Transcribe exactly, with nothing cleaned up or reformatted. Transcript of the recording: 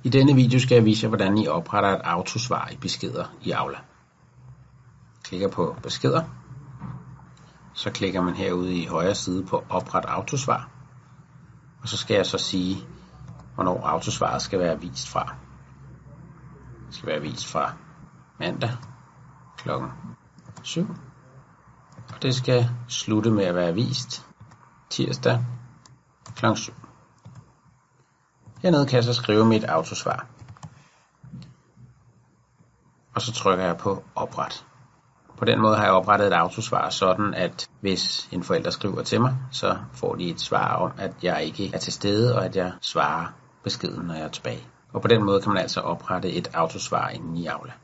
I denne video skal jeg vise jer, hvordan I opretter et autosvar i beskeder i Aula. Klikker på beskeder. Så klikker man herude i højre side på opret autosvar. Og så skal jeg så sige, hvornår autosvaret skal være vist fra. Det skal være vist fra mandag klokken syv. Og det skal slutte med at være vist tirsdag klokken syv. Hernede kan jeg så skrive mit autosvar. Og så trykker jeg på opret. På den måde har jeg oprettet et autosvar sådan, at hvis en forælder skriver til mig, så får de et svar om, at jeg ikke er til stede, og at jeg svarer beskeden, når jeg er tilbage. Og på den måde kan man altså oprette et autosvar inde i Aula.